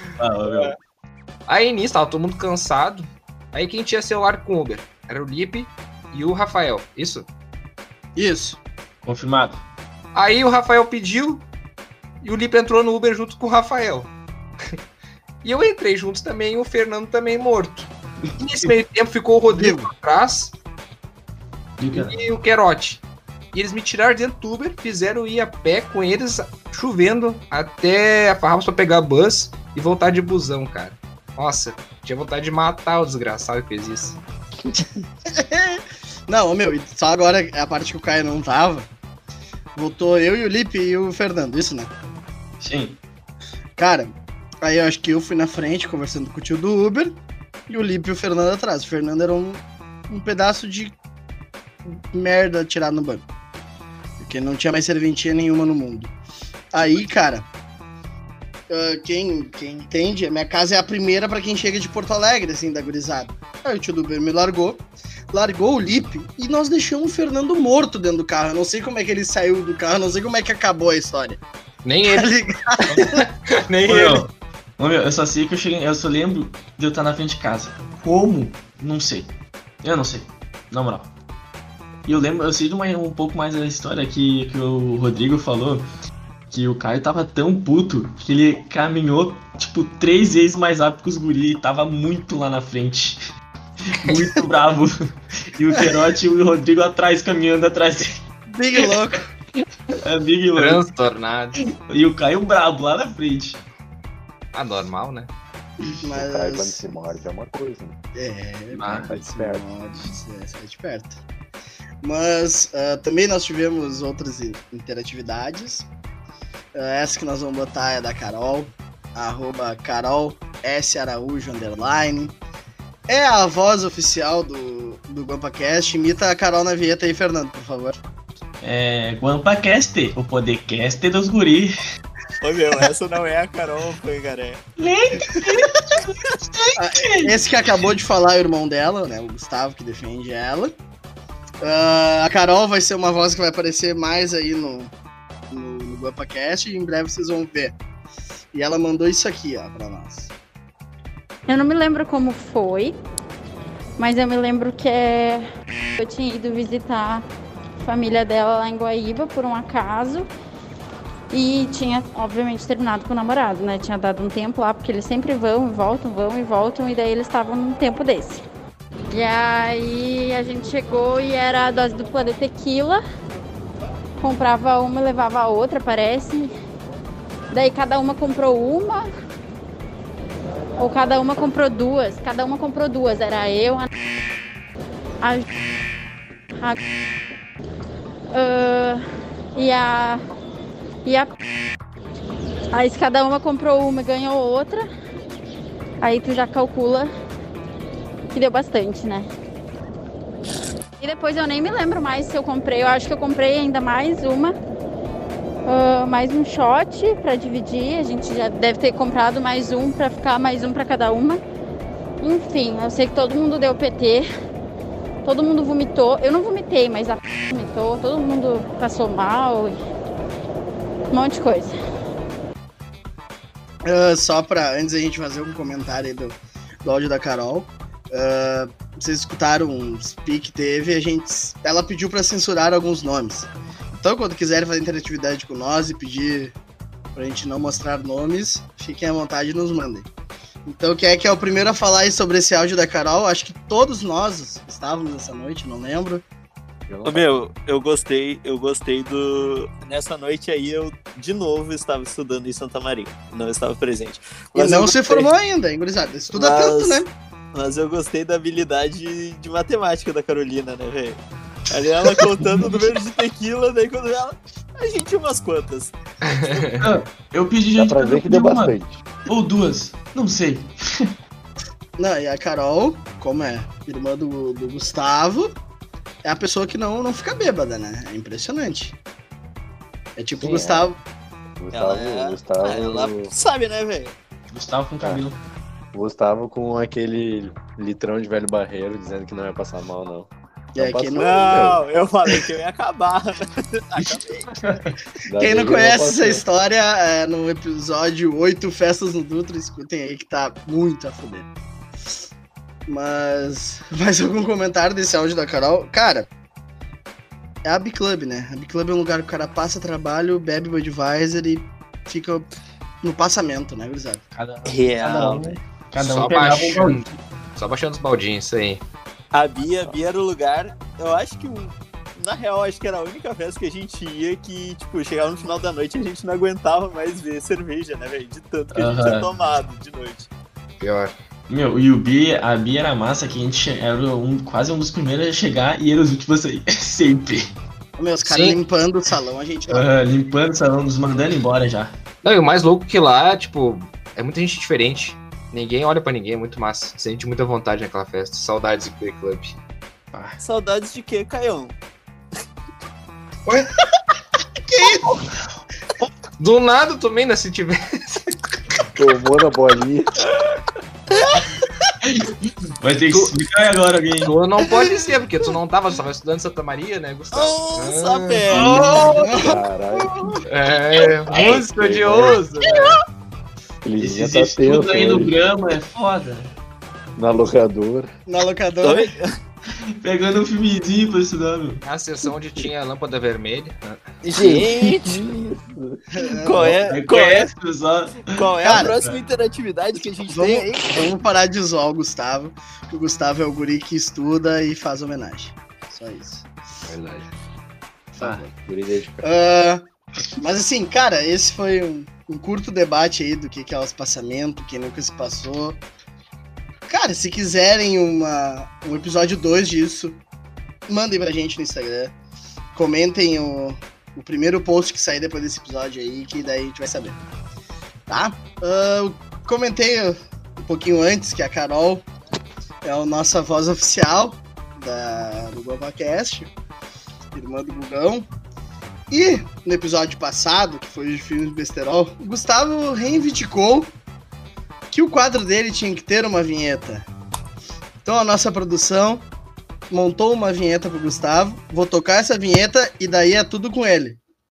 Speaker 3: Aí nisso, tava todo mundo cansado. Aí quem tinha celular com Uber? Era o Lipe e o Rafael, isso?
Speaker 2: Isso.
Speaker 5: Confirmado.
Speaker 3: Aí o Rafael pediu e o Lipe entrou no Uber junto com o Rafael. E eu entrei juntos também, o Fernando também morto. E nesse meio tempo ficou o Rodrigo atrás e o Querote. E eles me tiraram dentro do Uber, fizeram ir a pé com eles, chovendo, até a Farrapos pra pegar bus e voltar de busão, cara. Nossa, tinha vontade de matar o desgraçado que fez isso.
Speaker 2: Não, meu, só agora a parte que o Caio não tava. Voltou eu e o Lipe e o Fernando, isso, né?
Speaker 5: Sim.
Speaker 2: Cara, aí eu acho que eu fui na frente conversando com o tio do Uber e o Lipe e o Fernando atrás. O Fernando era um pedaço de merda tirado no banco. Porque não tinha mais serventia nenhuma no mundo. Aí, cara, quem entende, a minha casa é a primeira pra quem chega de Porto Alegre, assim, da gurizada. Aí o tio do Uber me largou o Lipe e nós deixamos o Fernando morto dentro do carro. Eu não sei como é que ele saiu do carro, não sei como é que acabou a história.
Speaker 3: Nem
Speaker 2: Tá
Speaker 3: ele.
Speaker 2: ligado?
Speaker 3: Nem
Speaker 5: Ô,
Speaker 3: ele.
Speaker 5: meu, eu só sei que eu só lembro de eu estar na frente de casa. Como? Não sei. Eu não sei. Na moral. E eu sei de um pouco mais da história que o Rodrigo falou, que o Caio tava tão puto que ele caminhou, tipo, 3 vezes mais rápido que os guri e tava muito lá na frente. Muito bravo. E o Querote e o Rodrigo atrás, caminhando atrás dele.
Speaker 2: Big louco.
Speaker 5: É Big Louco.
Speaker 3: Transtornado.
Speaker 5: E o Caio brabo lá na frente.
Speaker 3: Ah, normal, né?
Speaker 6: O cara quando
Speaker 2: Mas.
Speaker 6: se morde é uma coisa, né?
Speaker 2: Tá
Speaker 6: de perto.
Speaker 2: Sai de perto. Mas também nós tivemos outras interatividades. Essa que nós vamos botar é da Carol, @CarolSAraújo_. É a voz oficial do GuampaCast. Imita a Carol na vinheta aí, Fernando, por favor.
Speaker 5: GuampaCast, o podcast dos guri.
Speaker 4: Ô meu, essa não é a Carol Pangaré.
Speaker 2: Esse que acabou de falar é o irmão dela, né? O Gustavo, que defende ela. A Carol vai ser uma voz que vai aparecer mais aí no GuampaCast e em breve vocês vão ver. E ela mandou isso aqui, ó, pra nós.
Speaker 1: Eu não me lembro como foi, mas eu me lembro que eu tinha ido visitar a família dela lá em Guaíba, por um acaso. E tinha, obviamente, terminado com o namorado, né? Tinha dado um tempo lá, porque eles sempre vão e voltam, e daí eles estavam num tempo desse. E aí a gente chegou e era a dose dupla de tequila. Comprava uma e levava a outra, parece. Daí cada uma comprou uma. Ou cada uma comprou duas. Cada uma comprou duas. Era eu, Aí se cada uma comprou uma e ganhou outra, aí tu já calcula que deu bastante, né? E depois eu nem me lembro mais se eu comprei. Eu acho que eu comprei ainda mais uma. Mais um shot pra dividir. A gente já deve ter comprado mais um pra ficar mais um pra cada uma. Enfim, eu sei que todo mundo deu PT. Todo mundo vomitou. Eu não vomitei, mas a vomitou. Todo mundo passou mal. Um monte de coisa.
Speaker 2: Só pra antes a gente fazer um comentário aí do áudio da Carol. Vocês escutaram um speak que teve, ela pediu pra censurar alguns nomes. Então, quando quiserem fazer interatividade com nós e pedir pra gente não mostrar nomes, fiquem à vontade e nos mandem. Então, quem é que é o primeiro a falar aí sobre esse áudio da Carol? Acho que todos nós estávamos essa noite, não lembro.
Speaker 4: Ô meu, eu gostei do... Nessa noite aí eu, de novo, estava estudando em Santa Maria. Não estava presente.
Speaker 2: Mas e não se formou ainda, hein, gurizada? Estuda tanto, né?
Speaker 4: Mas eu gostei da habilidade de matemática da Carolina, né, velho? Ali ela contando o número de tequila, daí quando ela... A gente umas quantas.
Speaker 5: Eu pedi
Speaker 6: gente pra ver que deu bastante.
Speaker 5: Ou duas, não sei.
Speaker 2: Não, e a Carol, como é irmã do Gustavo, é a pessoa que não fica bêbada, né? É impressionante. É tipo o Gustavo.
Speaker 6: Gustavo.
Speaker 4: Ela sabe, né, velho?
Speaker 5: Gustavo com cabelo.
Speaker 6: Gustavo com aquele litrão de velho barreiro dizendo que não ia passar mal, não.
Speaker 4: Não, eu falei que eu ia acabar. Acabei.
Speaker 2: Quem não conhece essa história, no episódio 8, Festas no Dutra, escutem aí que tá muito a foder. Mas mais algum comentário desse áudio da Carol? Cara, é a B-Club, né? A B-Club é um lugar que o cara passa trabalho, bebe Budweiser e fica no passamento, né, gurizada?
Speaker 4: Real, velho.
Speaker 5: Cada
Speaker 3: Só
Speaker 5: um pegava um
Speaker 3: baixando,
Speaker 5: baldinho.
Speaker 3: só baixando os baldinhos, isso aí.
Speaker 4: A Bia era o lugar, eu acho que, na real, acho que era a única festa que a gente ia que, tipo, chegava no final da noite e a gente não aguentava mais ver cerveja, né, velho? De tanto que a gente tinha tomado de noite.
Speaker 3: Pior.
Speaker 5: Meu, e a Bia era massa que a gente era quase um dos primeiros a chegar e era os últimos a sair. Sempre.
Speaker 2: Meus caras
Speaker 3: Sim.
Speaker 2: limpando o salão, a gente...
Speaker 5: Limpando o salão, nos mandando embora já.
Speaker 3: Não, e o mais louco que lá, tipo, é muita gente diferente. Ninguém olha pra ninguém, é muito massa. Sente muita vontade naquela festa. Saudades do Play Club.
Speaker 4: Saudades de quê, Caião?
Speaker 3: Do nada também, né? Se tiver.
Speaker 6: Tomou na bolinha.
Speaker 5: Vai ter que explicar agora alguém.
Speaker 3: Tu não pode ser, porque tu não tava, só estudando em Santa Maria, né, Gustavo?
Speaker 4: Sapé!
Speaker 6: Caralho.
Speaker 3: Música de ouso.
Speaker 6: Lizinha
Speaker 5: Esses
Speaker 6: tá
Speaker 5: estudos
Speaker 6: tenso
Speaker 5: aí no
Speaker 6: hoje.
Speaker 5: grama é foda.
Speaker 6: Na locadora.
Speaker 2: Na locadora.
Speaker 4: Oi?
Speaker 5: Pegando um filmezinho pra estudar, meu.
Speaker 3: A sessão onde tinha a lâmpada vermelha.
Speaker 4: Gente! Qual é
Speaker 5: Conhece, pessoal?
Speaker 4: a
Speaker 2: Cara,
Speaker 4: próxima interatividade que a gente tem aí?
Speaker 2: Vamos parar de zoar o Gustavo, que o Gustavo é o guri que estuda e faz homenagem. Só isso.
Speaker 3: Verdade.
Speaker 2: Por favor.
Speaker 6: Guri dedicado.
Speaker 2: Mas assim, cara, esse foi um curto debate aí do que é o espaçamento, quem nunca se passou. Cara, se quiserem um episódio 2 disso, mandem pra gente no Instagram. Comentem o primeiro post que sair depois desse episódio aí, que daí a gente vai saber. Tá? Eu comentei um pouquinho antes que a Carol é a nossa voz oficial do GuapaCast, irmã do Bugão. E no episódio passado, que foi de filmes de besterol, o Gustavo reivindicou que o quadro dele tinha que ter uma vinheta. Então a nossa produção montou uma vinheta pro Gustavo. Vou tocar essa vinheta e daí é tudo com ele.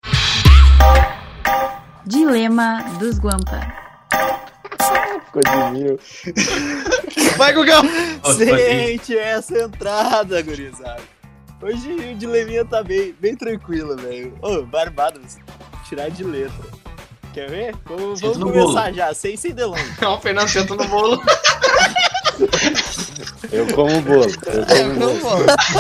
Speaker 1: Dilema dos Guampa.
Speaker 6: Ficou de mil.
Speaker 2: Vai, Gugão!
Speaker 4: Sente essa entrada, gurizada. Hoje o dileminha tá bem tranquilo, velho. Ô, barbado, tirar de letra. Quer ver? Vamos
Speaker 5: no
Speaker 4: começar
Speaker 5: bolo.
Speaker 4: já, sem delongas.
Speaker 3: Ó, o Fernando senta no bolo.
Speaker 6: Eu como bolo.
Speaker 2: Não vou.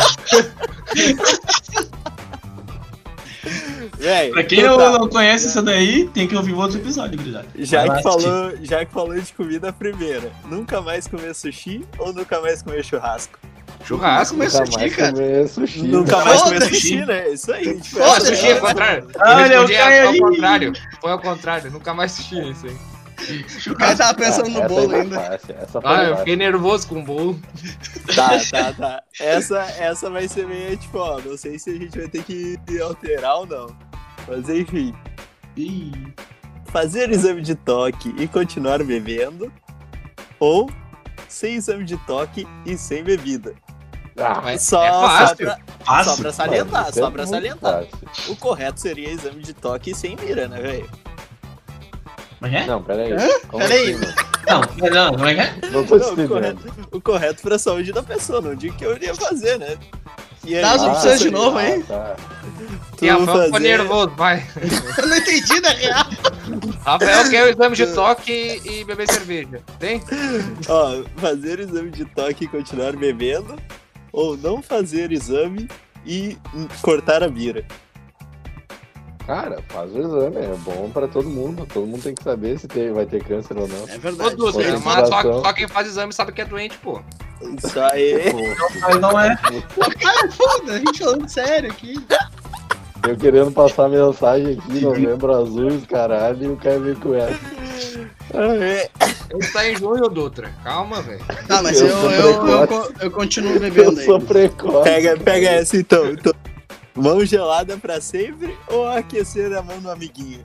Speaker 4: Véio,
Speaker 5: Pra quem
Speaker 4: então tá.
Speaker 5: não conhece isso daí, tem que ouvir o outro episódio, gurizada.
Speaker 4: Já
Speaker 5: Vai
Speaker 4: que,
Speaker 5: lá assistir.
Speaker 4: já que falou de comida primeira, nunca mais comer sushi ou nunca mais comer churrasco?
Speaker 3: Churrasco,
Speaker 2: Mas
Speaker 6: Nunca
Speaker 2: sushi,
Speaker 6: mais
Speaker 2: cara.
Speaker 6: comer sushi.
Speaker 4: Nunca
Speaker 2: Não,
Speaker 4: mais comer
Speaker 2: foda-se.
Speaker 4: sushi, né? Isso aí. Tipo,
Speaker 3: Ó,
Speaker 2: Foda-se.
Speaker 3: sushi é o contrário.
Speaker 5: Olha,
Speaker 3: Eu respondi,
Speaker 5: o Caio
Speaker 3: foi ao
Speaker 5: aí.
Speaker 3: contrário. Foi ao contrário, nunca mais sushi isso aí.
Speaker 2: O cara tava pensando no
Speaker 6: Essa
Speaker 2: bolo
Speaker 6: aí foi
Speaker 2: ainda.
Speaker 6: fácil, essa foi
Speaker 3: Ah, eu
Speaker 6: fácil.
Speaker 3: fiquei nervoso com o bolo.
Speaker 4: Tá. Essa vai ser meio, tipo, ó, não sei se a gente vai ter que alterar ou não. Mas enfim,
Speaker 5: Ih,
Speaker 4: fazer exame de toque e continuar bebendo, ou sem exame de toque e sem bebida.
Speaker 6: Ah,
Speaker 3: Mas
Speaker 4: Só,
Speaker 3: é fácil.
Speaker 4: Só
Speaker 5: fácil.
Speaker 4: pra salientar,
Speaker 6: isso é
Speaker 4: só pra
Speaker 6: muito
Speaker 4: salientar.
Speaker 6: fácil.
Speaker 4: O correto seria exame de toque e sem mira, né, velho?
Speaker 5: Como é que é?
Speaker 6: Não, peraí.
Speaker 2: Hã?
Speaker 6: Como
Speaker 2: Peraí.
Speaker 6: assim, mano?
Speaker 5: Não, como é que é?
Speaker 6: Não tô te
Speaker 4: Não,
Speaker 6: entendendo.
Speaker 4: o correto pra saúde da pessoa, não digo que eu iria fazer, né? E aí,
Speaker 2: Dá as
Speaker 4: ah,
Speaker 2: opções de
Speaker 4: isso aí,
Speaker 2: novo aí.
Speaker 6: Tá.
Speaker 4: tu
Speaker 3: E Rafael ficou
Speaker 4: fazer-
Speaker 3: nervoso, vai.
Speaker 2: Eu não entendi, na real.
Speaker 3: Rafael quer o exame de toque e beber cerveja. Tem?
Speaker 4: Ó, fazer exame de toque e continuar bebendo, ou não fazer exame e cortar a bira.
Speaker 6: Cara, faz o exame, é bom pra todo mundo. Todo mundo tem que saber se vai ter câncer ou não.
Speaker 2: É
Speaker 3: Ô,
Speaker 2: verdade.
Speaker 3: Duda,
Speaker 6: Pô,
Speaker 3: mas
Speaker 6: situação.
Speaker 3: só quem faz exame sabe que é doente, pô.
Speaker 4: Isso aí.
Speaker 5: Mas não é.
Speaker 2: Cara, foda, a gente falando sério aqui.
Speaker 6: Eu querendo passar mensagem aqui, novembro azul, os caralho, e o cara veio com essa.
Speaker 3: Ele tá em junho, Dutra. Calma, velho.
Speaker 2: Tá, mas
Speaker 6: Eu sou
Speaker 2: eu continuo
Speaker 6: Eu
Speaker 2: bebendo aí.
Speaker 6: sou precoce.
Speaker 4: Pega essa então. Mão gelada pra sempre ou aquecer a mão do amiguinho?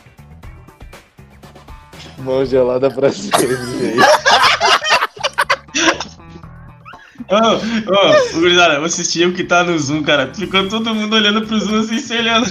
Speaker 6: Mão gelada pra sempre, gente.
Speaker 5: Ô, gurizada, eu assisti o que tá no Zoom, cara. Ficou todo mundo olhando pro Zoom assim, se olhando.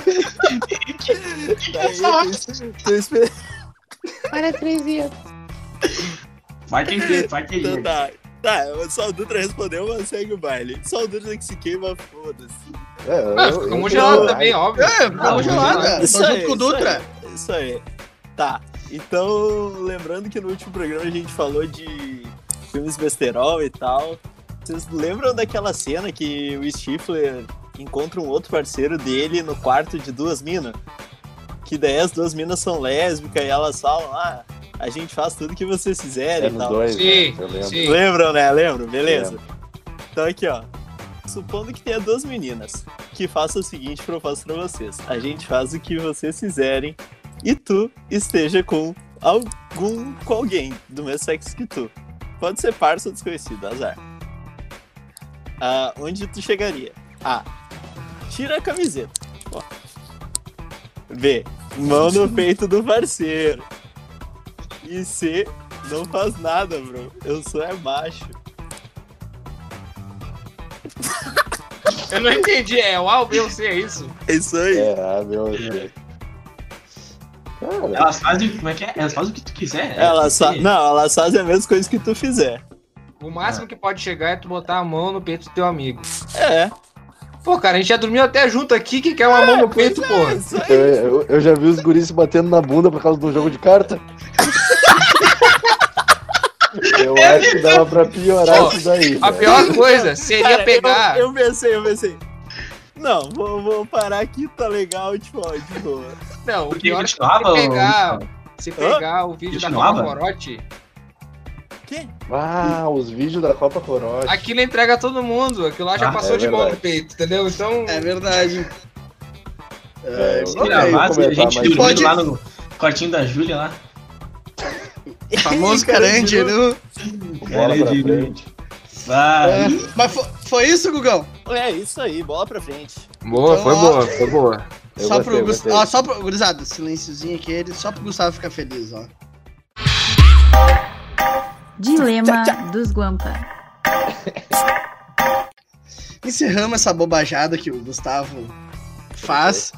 Speaker 4: Tô esperando.
Speaker 1: Olha, 3 dias.
Speaker 5: Vai quem quer, vai quem
Speaker 4: Então
Speaker 5: quer.
Speaker 4: tá, só o Dutra respondeu, mas segue o baile. Só o Dutra que se queima, foda-se.
Speaker 3: Ah, fica congelado também, óbvio.
Speaker 2: É, ficou gelada. Tô
Speaker 4: Isso
Speaker 2: junto
Speaker 4: aí,
Speaker 2: com o Dutra.
Speaker 4: Isso aí. Tá. Então, lembrando que no último programa a gente falou de filmes besterol e tal. Vocês lembram daquela cena que o Stifler encontra um outro parceiro dele no quarto de duas minas? Que daí as duas minas são lésbicas e elas falam, a gente faz tudo que vocês fizerem e tal.
Speaker 6: Dois,
Speaker 3: Sim,
Speaker 6: né? Eu lembro.
Speaker 3: sim.
Speaker 4: Lembram, né? Lembram? Beleza.
Speaker 6: Lembro.
Speaker 4: Então aqui, ó. Supondo que tenha duas meninas, que faça o seguinte proposta pra vocês. A gente faz o que vocês fizerem e tu esteja com alguém do mesmo sexo que tu. Pode ser parça ou desconhecido, azar. Onde tu chegaria? A. Tira a camiseta. Ó. B. Mão no peito do parceiro. E C. Não faz nada, bro. Eu sou macho.
Speaker 3: Eu não entendi, é o A ou B ou C, é isso?
Speaker 4: É isso aí.
Speaker 6: meu Deus. Cara,
Speaker 5: Elas fazem. Como é que é? Elas fazem o que tu quiser.
Speaker 4: Elas fazem a mesma coisa que tu fizer.
Speaker 3: O máximo que pode chegar é tu botar a mão no peito do teu amigo.
Speaker 4: É.
Speaker 3: Pô, cara, a gente já dormiu até junto aqui, que quer uma mão no peito, pô.
Speaker 4: Isso aí.
Speaker 6: eu já vi os guris se batendo na bunda por causa do jogo de carta. Eu acho que dava pra piorar isso daí.
Speaker 3: A
Speaker 6: velho.
Speaker 3: pior coisa seria
Speaker 4: Cara,
Speaker 3: pegar.
Speaker 4: Eu pensei. Não, vou parar aqui, tá legal, tipo, de boa.
Speaker 3: Não, o
Speaker 5: Porque
Speaker 3: pior é
Speaker 5: continuava,
Speaker 3: se pegar o vídeo da
Speaker 5: Continuava?
Speaker 3: Copa Corote,
Speaker 4: Quê?
Speaker 6: Os vídeos da Copa Corote.
Speaker 3: aquilo entrega a todo mundo. Aquilo lá já passou
Speaker 6: é
Speaker 3: de mão no
Speaker 6: verdade.
Speaker 3: peito, entendeu? Então.
Speaker 2: É verdade.
Speaker 6: É,
Speaker 5: Se
Speaker 6: Ok,
Speaker 5: gravasse,
Speaker 6: vou
Speaker 5: a gente
Speaker 6: comentar, mas
Speaker 5: dormindo
Speaker 2: pode-
Speaker 5: lá no quartinho da Júlia lá.
Speaker 2: O famoso Carandiru.
Speaker 6: Bola pra
Speaker 5: Cara,
Speaker 6: frente.
Speaker 5: Vai.
Speaker 2: Mas foi isso, Gugão?
Speaker 4: É isso aí, bola pra frente.
Speaker 3: Boa,
Speaker 2: Então,
Speaker 3: foi
Speaker 2: ó.
Speaker 3: boa, foi boa.
Speaker 6: Eu
Speaker 2: Só
Speaker 6: gostei,
Speaker 2: pro
Speaker 6: gostei.
Speaker 2: Gustavo. Só pro. Gurizada, silênciozinho aqui, só pro Gustavo ficar feliz, ó.
Speaker 1: Dilema dos Guampa.
Speaker 2: Encerramos essa bobajada que o Gustavo faz.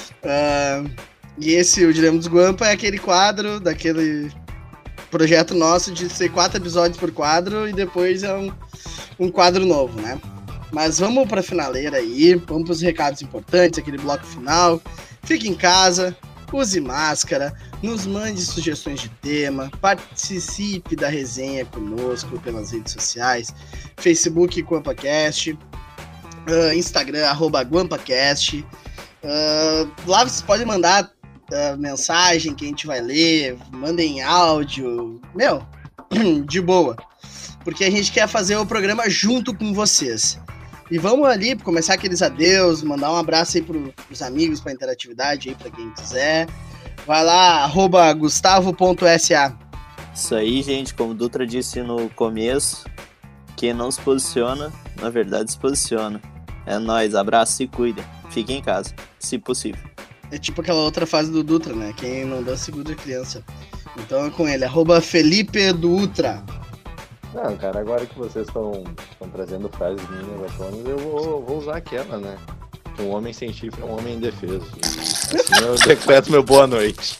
Speaker 2: E o Dilema dos Guampa é aquele quadro daquele projeto nosso de ser 4 episódios por quadro e depois é um quadro novo, né? Mas vamos pra finaleira aí, vamos pros recados importantes, aquele bloco final. Fique em casa, use máscara, nos mande sugestões de tema, participe da resenha conosco pelas redes sociais, Facebook GuampaCast, Instagram @GuampaCast. Lá vocês podem mandar mensagem que a gente vai ler, mandem áudio, de boa, porque a gente quer fazer o programa junto com vocês. E vamos ali começar aqueles adeus, mandar um abraço aí pros amigos, pra interatividade aí, pra quem quiser. Vai lá, @gustavo.sa.
Speaker 4: Isso aí, gente, como o Dutra disse no começo, quem não se posiciona, na verdade se posiciona. É nóis, abraço, se cuida. Fique em casa, se possível.
Speaker 2: É tipo aquela outra fase do Dutra, né? Quem não dá seguro é criança. Então é com ele, @Felipe Dutra.
Speaker 6: Não, cara, agora que vocês estão trazendo frases minhas à tona, eu vou usar aquela, né? Que um homem sem chifre é um homem indefeso. E assim eu decreto meu boa noite.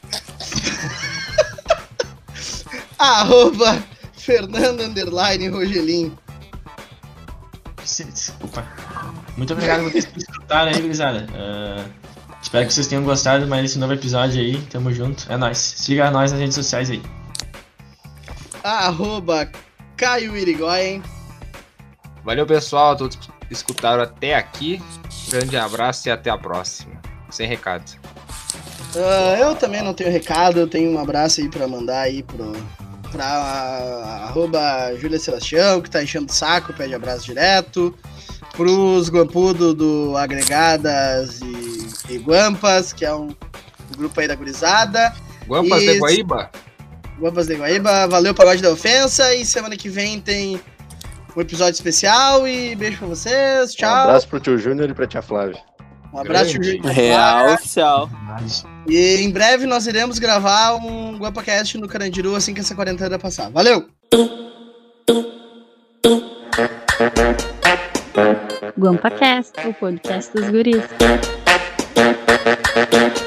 Speaker 2: @Fernando_Rogelin.
Speaker 5: Opa. Muito obrigado por vocês escutaram aí, gurizada. Espero que vocês tenham gostado mais desse novo episódio aí. Tamo junto. É nóis. Siga nós nas redes sociais aí.
Speaker 2: @Caio Irigoyen.
Speaker 3: Valeu, pessoal, todos que escutaram até aqui. Grande abraço e até a próxima. Sem recado.
Speaker 2: Eu também não tenho recado, eu tenho um abraço aí pra mandar aí pra Júlia Sebastião, que tá enchendo o saco, pede abraço direto. Pros Guampudo do Agregadas e Guampas, que é um grupo aí da gurizada.
Speaker 3: Guampas
Speaker 2: E-
Speaker 3: de Guaíba?
Speaker 2: Guampas de Guaíba, valeu, Pagode da Ofensa, e semana que vem tem um episódio especial, e beijo pra vocês,
Speaker 6: Um
Speaker 2: tchau.
Speaker 6: abraço pro tio Júnior e pra tia Flávia.
Speaker 2: Um abraço,
Speaker 3: Grande.
Speaker 2: Júlio.
Speaker 4: Real oficial.
Speaker 2: E em breve nós iremos gravar um GuampaCast no Carandiru assim que essa quarentena passar. Valeu!
Speaker 1: GuampaCast, o podcast dos guris.